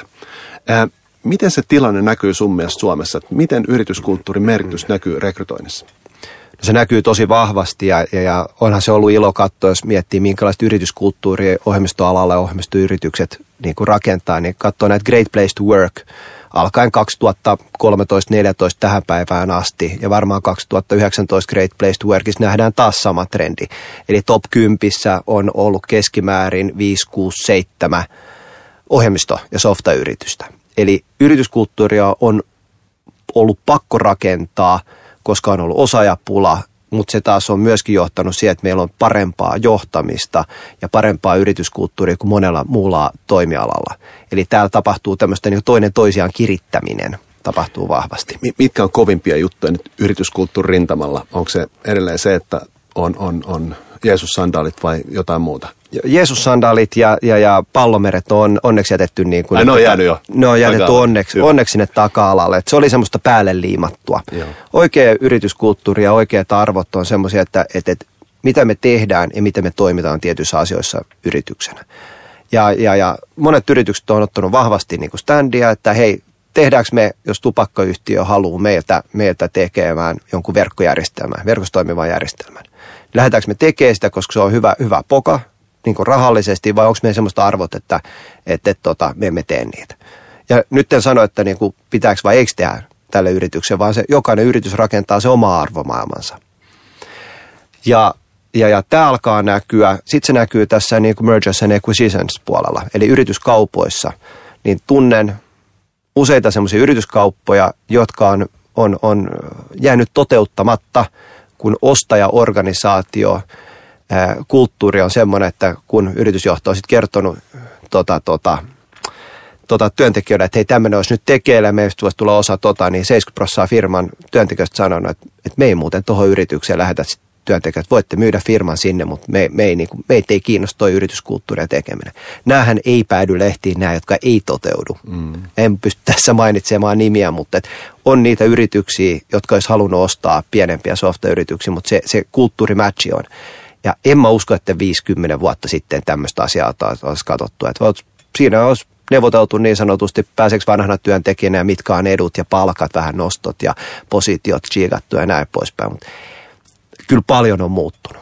[SPEAKER 1] Miten se tilanne näkyy sun mielestä Suomessa? Miten yrityskulttuurin merkitys näkyy rekrytoinnissa?
[SPEAKER 2] No se näkyy tosi vahvasti ja onhan se ollut ilo katsoa, jos miettii minkälaista yrityskulttuuria ohjelmistoalalla ja ohjelmistoyritykset niin kuin rakentaa, niin katsoo näitä Great Place to Work alkaen 2013-2014 tähän päivään asti ja varmaan 2019 Great Place to Workissa nähdään taas sama trendi. Eli top 10 on ollut keskimäärin 5, 6, 7 ohjelmisto- ja softayritystä. Eli yrityskulttuuria on ollut pakko rakentaa, koska on ollut osaajapula, mutta se taas on myöskin johtanut siihen, että meillä on parempaa johtamista ja parempaa yrityskulttuuria kuin monella muulla toimialalla. Eli täällä tapahtuu tämmöistä niin toinen toisiaan kirittäminen, tapahtuu vahvasti.
[SPEAKER 1] Mitkä on kovimpia juttuja nyt yrityskulttuurin rintamalla? Onko se edelleen se, että on Jeesus-sandaalit vai jotain muuta?
[SPEAKER 2] Jeesus-sandaalit ja pallomeret on onneksi jätetty niin kuin...
[SPEAKER 1] Ne on jäänyt jo.
[SPEAKER 2] Ne on jätetty onneksi sinne taka-alalle. Että se oli semmoista päälle liimattua. Joo. Oikea yrityskulttuuri ja oikeat arvot on semmoisia, että mitä me tehdään ja miten me toimitaan tietyissä asioissa yrityksenä. Ja monet yritykset on ottanut vahvasti niin kuin standia, että hei, tehdäänkö me, jos tupakkayhtiö haluaa meiltä tekemään jonkun verkostoimivan järjestelmän. Lähdetäänkö me tekemään sitä, koska se on hyvä poka, niin kuin rahallisesti, vai onko meillä semmoista arvot, että me emme tee niitä. Ja nyt en sano, että niin kuin pitääkö vai eikö tehdä tälle yritykselle, vaan se jokainen yritys rakentaa se oma arvomaailmansa. Ja tämä alkaa näkyä, sitten se näkyy tässä niin kuin mergers and acquisitions puolella, eli yrityskaupoissa, niin tunnen useita semmoisia yrityskauppoja, jotka on jäänyt toteuttamatta, kun ostajaorganisaatio, kulttuuri on semmoinen, että kun yritysjohto on sitten kertonut työntekijöille, että hei, tämmöinen olisi nyt tekeillä, meistä voisi tulla osa niin 70% firman työntekijöistä sanonut, että me ei muuten tuohon yritykseen lähetä työntekijät, voitte myydä firman sinne, mutta meitä ei kiinnosta tuo yrityskulttuuri ja tekeminen. Nämähän ei päädy lehtiin, nämä, jotka ei toteudu. En pysty tässä mainitsemaan nimiä, mutta on niitä yrityksiä, jotka olisi halunnut ostaa pienempiä softayrityksiä, mutta se kulttuurimatchi on. Ja en mä usko, että 50 vuotta sitten tämmöistä asiaa olisi katsottu. Että siinä olisi neuvoteltu niin sanotusti, pääseekö vanhana työntekijänä ja mitkä on edut ja palkat, vähän nostot ja positiot tsiikattu ja näin poispäin. Mutta kyllä paljon on muuttunut.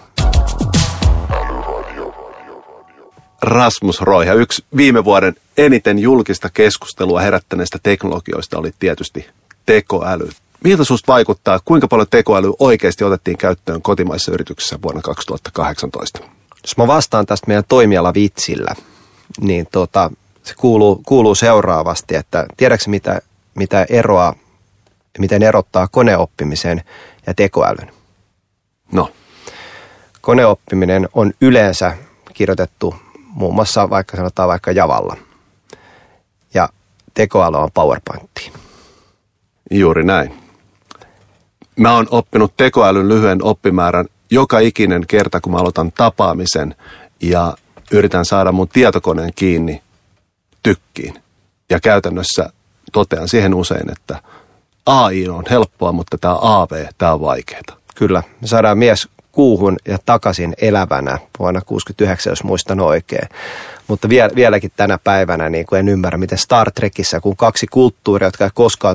[SPEAKER 1] Rasmus Roiha, yksi viime vuoden eniten julkista keskustelua herättäneistä teknologioista oli tietysti tekoäly. Miltä susta vaikuttaa, kuinka paljon tekoäly oikeasti otettiin käyttöön kotimaisissa yrityksissä vuonna 2018?
[SPEAKER 2] Jos mä vastaan tästä meidän toimialavitsillä, niin se kuuluu seuraavasti, että tiedätkö mitä eroa, miten erottaa koneoppimisen ja tekoälyn?
[SPEAKER 1] No.
[SPEAKER 2] Koneoppiminen on yleensä kirjoitettu muun muassa vaikka Javalla ja tekoäly on PowerPointiin.
[SPEAKER 1] Juuri näin. Mä oon oppinut tekoälyn lyhyen oppimäärän joka ikinen kerta, kun mä aloitan tapaamisen ja yritän saada mun tietokoneen kiinni tykkiin. Ja käytännössä totean siihen usein, että AI on helppoa, mutta tämä AV, tämä on vaikeaa.
[SPEAKER 2] Kyllä, me saadaan mies kuuhun ja takaisin elävänä vuonna 1969, jos muistan oikein. Mutta vieläkin tänä päivänä niin en ymmärrä, miten Star Trekissä, kun 2 kulttuuria, jotka ei koskaan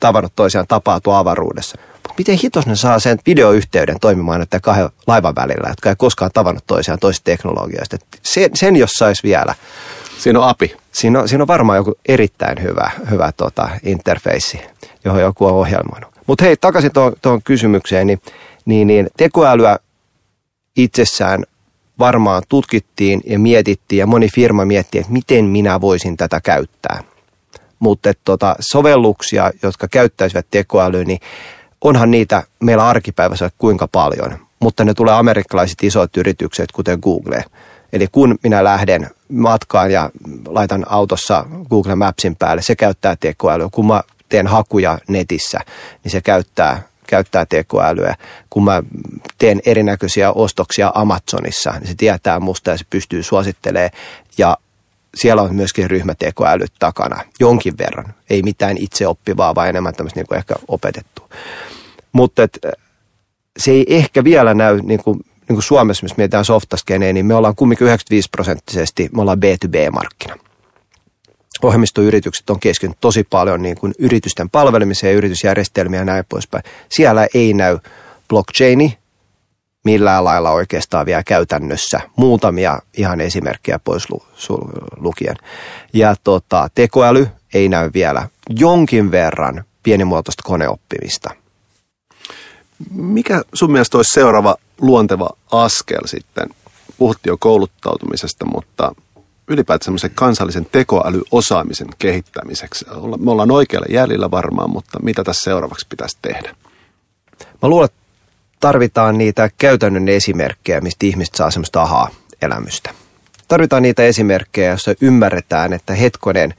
[SPEAKER 2] tavannut toisiaan, tapautuu avaruudessa. Mutta miten hitos ne saa sen videoyhteyden toimimaan näiden kahden laivan välillä, jotka ei koskaan tavannut toisiaan toisesta teknologiasta. Sen jos saisi vielä.
[SPEAKER 1] Siinä on API.
[SPEAKER 2] Siinä on varmaan joku erittäin hyvä interfeissi, johon joku on ohjelmoinut. Mutta hei, takaisin tuohon kysymykseen, niin tekoälyä itsessään varmaan tutkittiin ja mietittiin ja moni firma miettii, että miten minä voisin tätä käyttää. Mutta sovelluksia, jotka käyttäisivät tekoälyä, niin onhan niitä meillä arkipäivässä kuinka paljon, mutta ne tulee amerikkalaiset isot yritykset, kuten Google. Eli kun minä lähden matkaan ja laitan autossa Google Mapsin päälle, se käyttää tekoälyä. Kun mä teen hakuja netissä, niin se käyttää tekoälyä. Kun mä teen erinäköisiä ostoksia Amazonissa, niin se tietää musta ja se pystyy suosittelemaan. Ja siellä on myöskin ryhmätekoälyt takana jonkin verran. Ei mitään itseoppivaa, vaan enemmän tämmöistä niin kuin ehkä opetettu. Mutta se ei ehkä vielä näy, niin kuin Suomessa, missä mietitään softaskenejä, niin me ollaan kumminkin 95%, me ollaan B2B-markkina. Ohjelmistoyritykset on keskittynyt tosi paljon niin kuin yritysten palvelemiseen ja yritysjärjestelmiä ja näin poispäin. Siellä ei näy blockchaini millään lailla oikeastaan vielä käytännössä. Muutamia ihan esimerkkejä pois lukien. Ja tekoäly ei näy vielä jonkin verran pienimuotoista koneoppimista.
[SPEAKER 1] Mikä sun mielestä olisi seuraava luonteva askel sitten? Puhuttiin jo kouluttautumisesta, mutta ylipäätään semmoisen kansallisen tekoälyosaamisen kehittämiseksi. Me ollaan oikealla jäljellä varmaan, mutta mitä tässä seuraavaksi pitäisi tehdä?
[SPEAKER 2] Mä luulen, että tarvitaan niitä käytännön esimerkkejä, mistä ihmiset saa semmoista ahaa-elämystä. Tarvitaan niitä esimerkkejä, joissa ymmärretään, että hetkonen,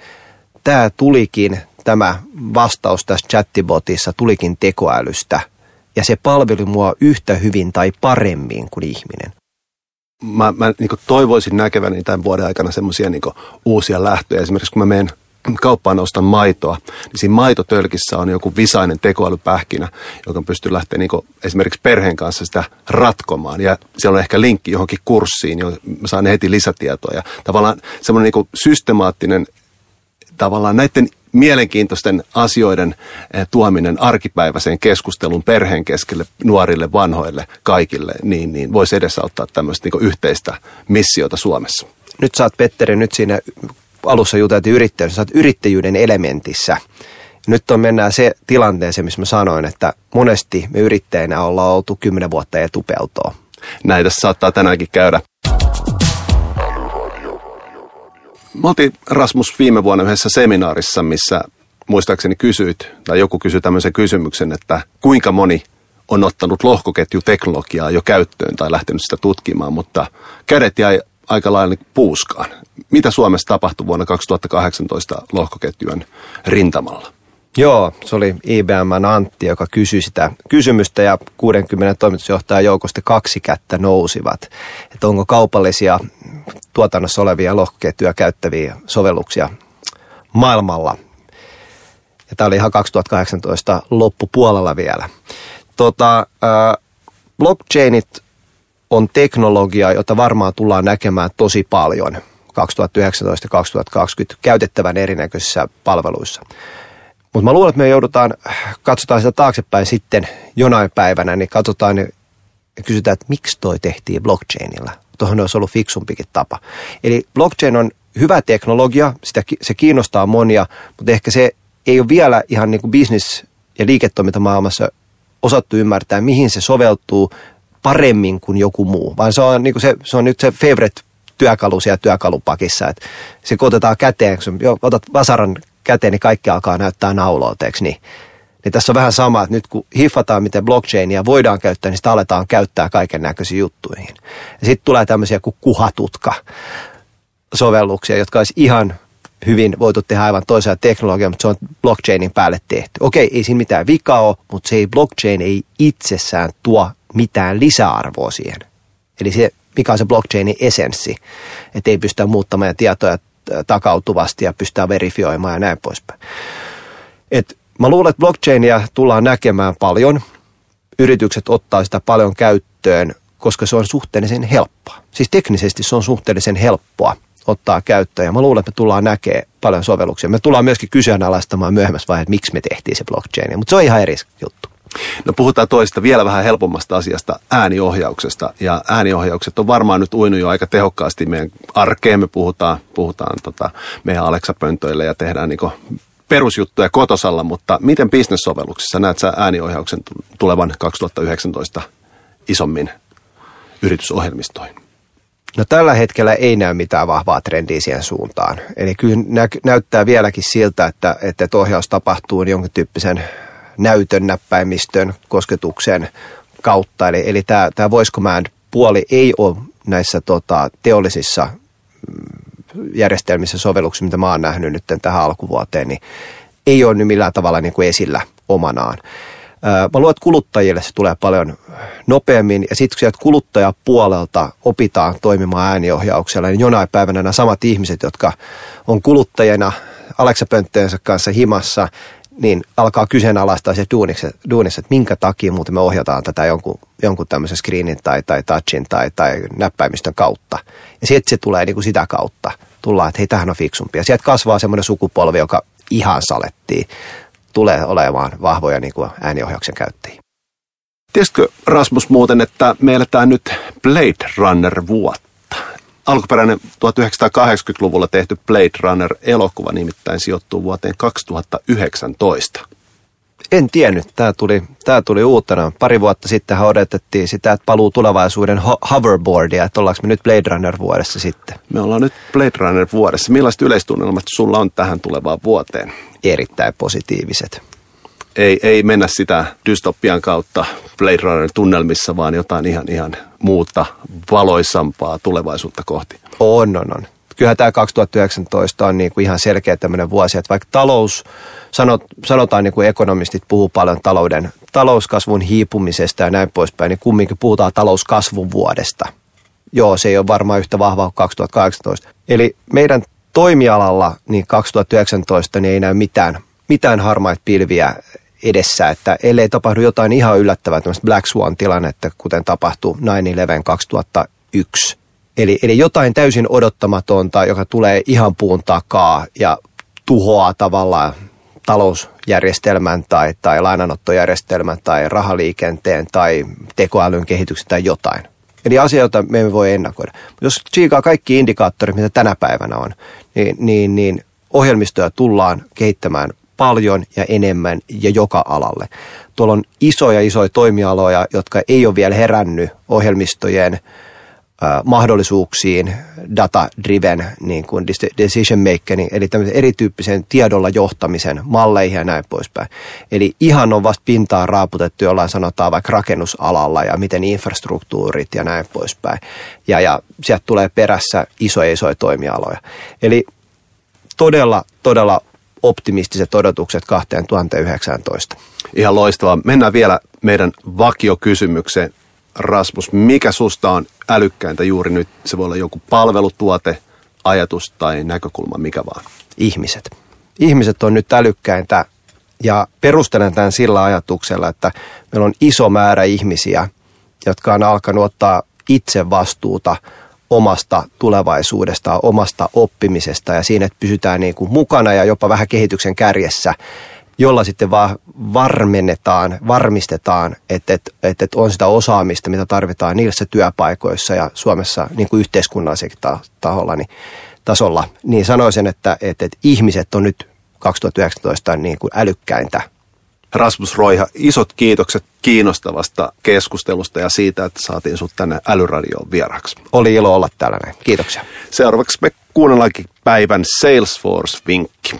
[SPEAKER 2] tämä vastaus tässä chattibotissa tulikin tekoälystä ja se palveli mua yhtä hyvin tai paremmin kuin ihminen.
[SPEAKER 1] Mä niin toivoisin näkeväni tämän vuoden aikana semmoisia niin uusia lähtöjä. Esimerkiksi kun mä menen kauppaan ostan maitoa, niin siinä maitotölkissä on joku visainen tekoälypähkinä, joka pystyy lähteä niin esimerkiksi perheen kanssa sitä ratkomaan. Ja siellä on ehkä linkki johonkin kurssiin, johon mä saan heti lisätietoa. Ja tavallaan semmoinen niin systemaattinen, tavallaan näiden mielenkiintoisten asioiden tuominen arkipäiväiseen keskusteluun perheen keskelle, nuorille, vanhoille, kaikille, niin voisi edesauttaa tämmöistä niin yhteistä missiota Suomessa.
[SPEAKER 2] Nyt sä oot, Petteri, nyt siinä alussa juteltiin yrittäjyydestä, sä oot yrittäjyyden elementissä. Nyt mennään se tilanteeseen, missä mä sanoin, että monesti me yrittäjinä ollaan oltu 10 vuotta etupeltoa.
[SPEAKER 1] Näitä saattaa tänäänkin käydä. Me oltiin, Rasmus, viime vuonna yhdessä seminaarissa, missä muistaakseni joku kysyi tämmöisen kysymyksen, että kuinka moni on ottanut lohkoketjuteknologiaa jo käyttöön tai lähtenyt sitä tutkimaan, mutta kädet jäi aika lailla puuskaan. Mitä Suomessa tapahtui vuonna 2018 lohkoketjujen rintamalla?
[SPEAKER 2] Joo, se oli IBM:n Antti, joka kysyi sitä kysymystä ja 60 toimitusjohtajan joukosta 2 kättä nousivat. Että onko kaupallisia tuotannossa olevia lohkoketjuja käyttäviä sovelluksia maailmalla. Ja tämä oli ihan 2018 loppupuolella vielä. Blockchainit on teknologia, jota varmaan tullaan näkemään tosi paljon 2019-2020 käytettävän erinäköisissä palveluissa. Mutta mä luulen, että me katsotaan sitä taaksepäin sitten jonain päivänä, niin katsotaan ja kysytään, että miksi toi tehtiin blockchainilla. Tuohon olisi ollut fiksumpikin tapa. Eli blockchain on hyvä teknologia, se kiinnostaa monia, mutta ehkä se ei ole vielä ihan niin kuin business- ja liiketoimintamaailmassa osattu ymmärtää, mihin se soveltuu paremmin kuin joku muu. Vaan se on nyt se favorite työkalu siellä työkalupakissa, että se kun otetaan käteen, kun otat vasaran käteen, niin kaikki alkaa näyttää nauloilta, eikö niin? Niin tässä on vähän sama, että nyt kun hiffataan, miten blockchainia voidaan käyttää, niin sitä aletaan käyttää kaiken näköisiin juttuihin. Ja sitten tulee tämmöisiä kuin kuhatutka-sovelluksia, jotka olisi ihan hyvin voitu tehdä aivan toisella teknologialla, mutta se on blockchainin päälle tehty. Okei, ei siinä mitään vikaa ole, mutta se blockchain ei itsessään tuo mitään lisäarvoa siihen. Eli se, mikä on se blockchainin essenssi, että ei pystytä muuttamaan tietoja takautuvasti ja pystytään verifioimaan ja näin poispäin. Mä luulen, että blockchainia tullaan näkemään paljon. Yritykset ottaa sitä paljon käyttöön, koska se on suhteellisen helppoa. Siis teknisesti se on suhteellisen helppoa ottaa käyttöön. Ja mä luulen, että me tullaan näkemään paljon sovelluksia. Me tullaan myöskin kyseenalaistamaan myöhemmässä vaiheessa, miksi me tehtiin se blockchain, mutta se on ihan eri juttu.
[SPEAKER 1] No puhutaan toisesta vielä vähän helpommasta asiasta, ääniohjauksesta. Ja ääniohjaukset on varmaan nyt uinut jo aika tehokkaasti meidän arkeen. Me puhutaan meidän Alexa-pöntöille ja tehdään niinku perusjuttuja kotosalla, mutta miten business-sovelluksissa näet sä ääniohjauksen tulevan 2019 isommin yritysohjelmistoihin?
[SPEAKER 2] No tällä hetkellä ei näy mitään vahvaa trendiä siihen suuntaan. Eli kyllä näyttää vieläkin siltä, että ohjaus tapahtuu jonkin tyyppisen näytön, näppäimistön, kosketuksen kautta. Eli tämä voice command puoli ei ole näissä teollisissa järjestelmissä sovelluksissa, mitä mä oon nähnyt nyt tähän alkuvuoteen, niin ei ole nyt millään tavalla niin kuin esillä omanaan. Mä luulen, että kuluttajille se tulee paljon nopeammin, ja sitten kun sieltä kuluttajapuolelta opitaan toimimaan ääniohjauksella, niin jonain päivänä nämä samat ihmiset, jotka on kuluttajina Alexa-pönttöjensä kanssa himassa, niin alkaa kyseenalaistaa se duunissa, että minkä takia muuten me ohjataan tätä jonkun tämmöisen screenin tai touchin tai näppäimistön kautta. Ja sitten se tulee niin kuin sitä kautta. Tullaan, että hei, tämähän on fiksumpi. Ja sieltä kasvaa semmoinen sukupolvi, joka ihan salettiin. Tulee olemaan vahvoja niin kuin ääniohjauksen käyttäjiä.
[SPEAKER 1] Tiesitkö, Rasmus, muuten, että me eletään nyt Blade Runner-vuotta? Alkuperäinen 1980-luvulla tehty Blade Runner-elokuva nimittäin sijoittuu vuoteen 2019.
[SPEAKER 2] En tiennyt. Tämä tuli uutena. Pari vuotta sitten odotettiin sitä, että paluu tulevaisuuden hoverboardia, että ollaanko me nyt Blade Runner-vuodessa sitten.
[SPEAKER 1] Me ollaan nyt Blade Runner-vuodessa. Millaiset yleistunnelmat sulla on tähän tulevaan vuoteen?
[SPEAKER 2] Erittäin positiiviset.
[SPEAKER 1] Ei mennä sitä dystopian kautta Blade Runner-tunnelmissa, vaan jotain ihan muuta, valoisampaa tulevaisuutta kohti.
[SPEAKER 2] On. Kyllähän tämä 2019 on niin kuin ihan selkeä tämmöinen vuosi, että vaikka sanotaan niin kuin ekonomistit puhuu paljon talouskasvun hiipumisesta ja näin poispäin, niin kumminkin puhutaan talouskasvun vuodesta. Joo, se ei ole varmaan yhtä vahvaa kuin 2018. Eli meidän toimialalla niin 2019 niin ei näy mitään harmaita pilviä edessä, että ellei tapahdu jotain ihan yllättävää, tämmöistä Black Swan-tilannetta, kuten tapahtui 9/11 2001. Eli jotain täysin odottamatonta, joka tulee ihan puun takaa ja tuhoaa tavallaan talousjärjestelmän tai lainanottojärjestelmän tai rahaliikenteen tai tekoälyn kehityksen tai jotain. Eli asioita me emme voi ennakoida. Jos tsiikaa kaikki indikaattorit, mitä tänä päivänä on, niin ohjelmistoja tullaan kehittämään paljon ja enemmän ja joka alalle. Tuolla on isoja toimialoja, jotka ei ole vielä herännyt ohjelmistojen mahdollisuuksiin, data-driven niin kuin decision making, eli tämmöisen erityyppisen tiedolla johtamisen malleihin ja näin poispäin. Eli ihan on vasta pintaa raaputettu jollain sanotaan vaikka rakennusalalla ja miten infrastruktuurit ja näin poispäin. Ja sieltä tulee perässä isoja toimialoja. Eli todella optimistiset odotukset 2019.
[SPEAKER 1] Ihan loistavaa. Mennään vielä meidän vakiokysymykseen. Rasmus, mikä susta on älykkäintä juuri nyt? Se voi olla joku palvelutuote, ajatus tai näkökulma, mikä vaan.
[SPEAKER 2] Ihmiset. Ihmiset on nyt älykkäintä ja perustelen tämän sillä ajatuksella, että meillä on iso määrä ihmisiä, jotka on alkanut ottaa itse vastuuta omasta tulevaisuudesta, omasta oppimisesta ja siinä, että pysytään niin kuin mukana ja jopa vähän kehityksen kärjessä, jolla sitten vaan varmistetaan, että on sitä osaamista, mitä tarvitaan niissä työpaikoissa ja Suomessa niin kuin yhteiskunnallisekin tasolla. Niin sanoisin, että ihmiset on nyt 2019 niin kuin älykkäintä.
[SPEAKER 1] Rasmus Roiha, isot kiitokset kiinnostavasta keskustelusta ja siitä, että saatiin sut tänne Älyradioon vieraaksi.
[SPEAKER 2] Oli ilo olla täällä näin. Kiitoksia.
[SPEAKER 1] Seuraavaksi me kuunnellaankin päivän Salesforce-vinkki.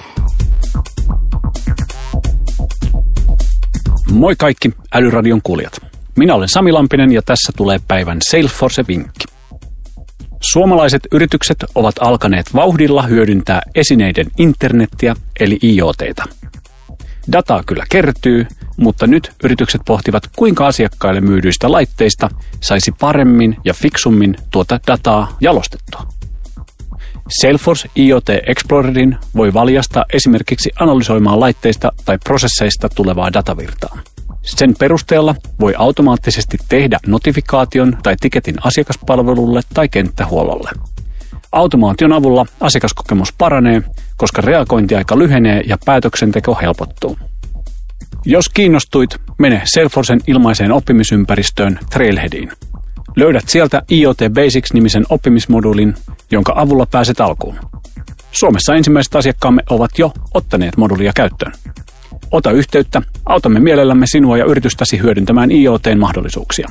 [SPEAKER 3] Moi kaikki Älyradion kuulijat. Minä olen Sami Lampinen ja tässä tulee päivän Salesforce-vinkki. Suomalaiset yritykset ovat alkaneet vauhdilla hyödyntää esineiden internettiä eli IoT:tä. Dataa kyllä kertyy, mutta nyt yritykset pohtivat, kuinka asiakkaille myydyistä laitteista saisi paremmin ja fiksummin tuota dataa jalostettua. Salesforce IoT Explorerin voi valjastaa esimerkiksi analysoimaan laitteista tai prosesseista tulevaa datavirtaa. Sen perusteella voi automaattisesti tehdä notifikaation tai tiketin asiakaspalvelulle tai kenttähuollolle. Automaation avulla asiakaskokemus paranee, koska reagointiaika lyhenee ja päätöksenteko helpottuu. Jos kiinnostuit, mene Salesforcen ilmaiseen oppimisympäristöön Trailheadiin. Löydät sieltä IoT Basics-nimisen oppimismoduulin, jonka avulla pääset alkuun. Suomessa ensimmäiset asiakkaamme ovat jo ottaneet moduulia käyttöön. Ota yhteyttä, autamme mielellämme sinua ja yritystäsi hyödyntämään IoT:n mahdollisuuksia.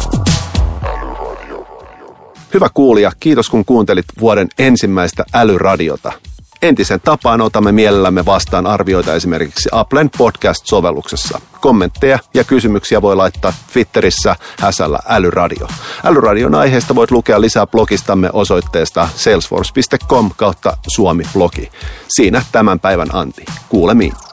[SPEAKER 1] Hyvä kuulija, kiitos kun kuuntelit vuoden ensimmäistä älyradiota. Entisen tapaan otamme mielellämme vastaan arvioita esimerkiksi Applen podcast-sovelluksessa. Kommentteja ja kysymyksiä voi laittaa Twitterissä #älyradio. Älyradion aiheesta voit lukea lisää blogistamme osoitteesta salesforce.com/suomi-blogi. Siinä tämän päivän anti. Kuulemiin.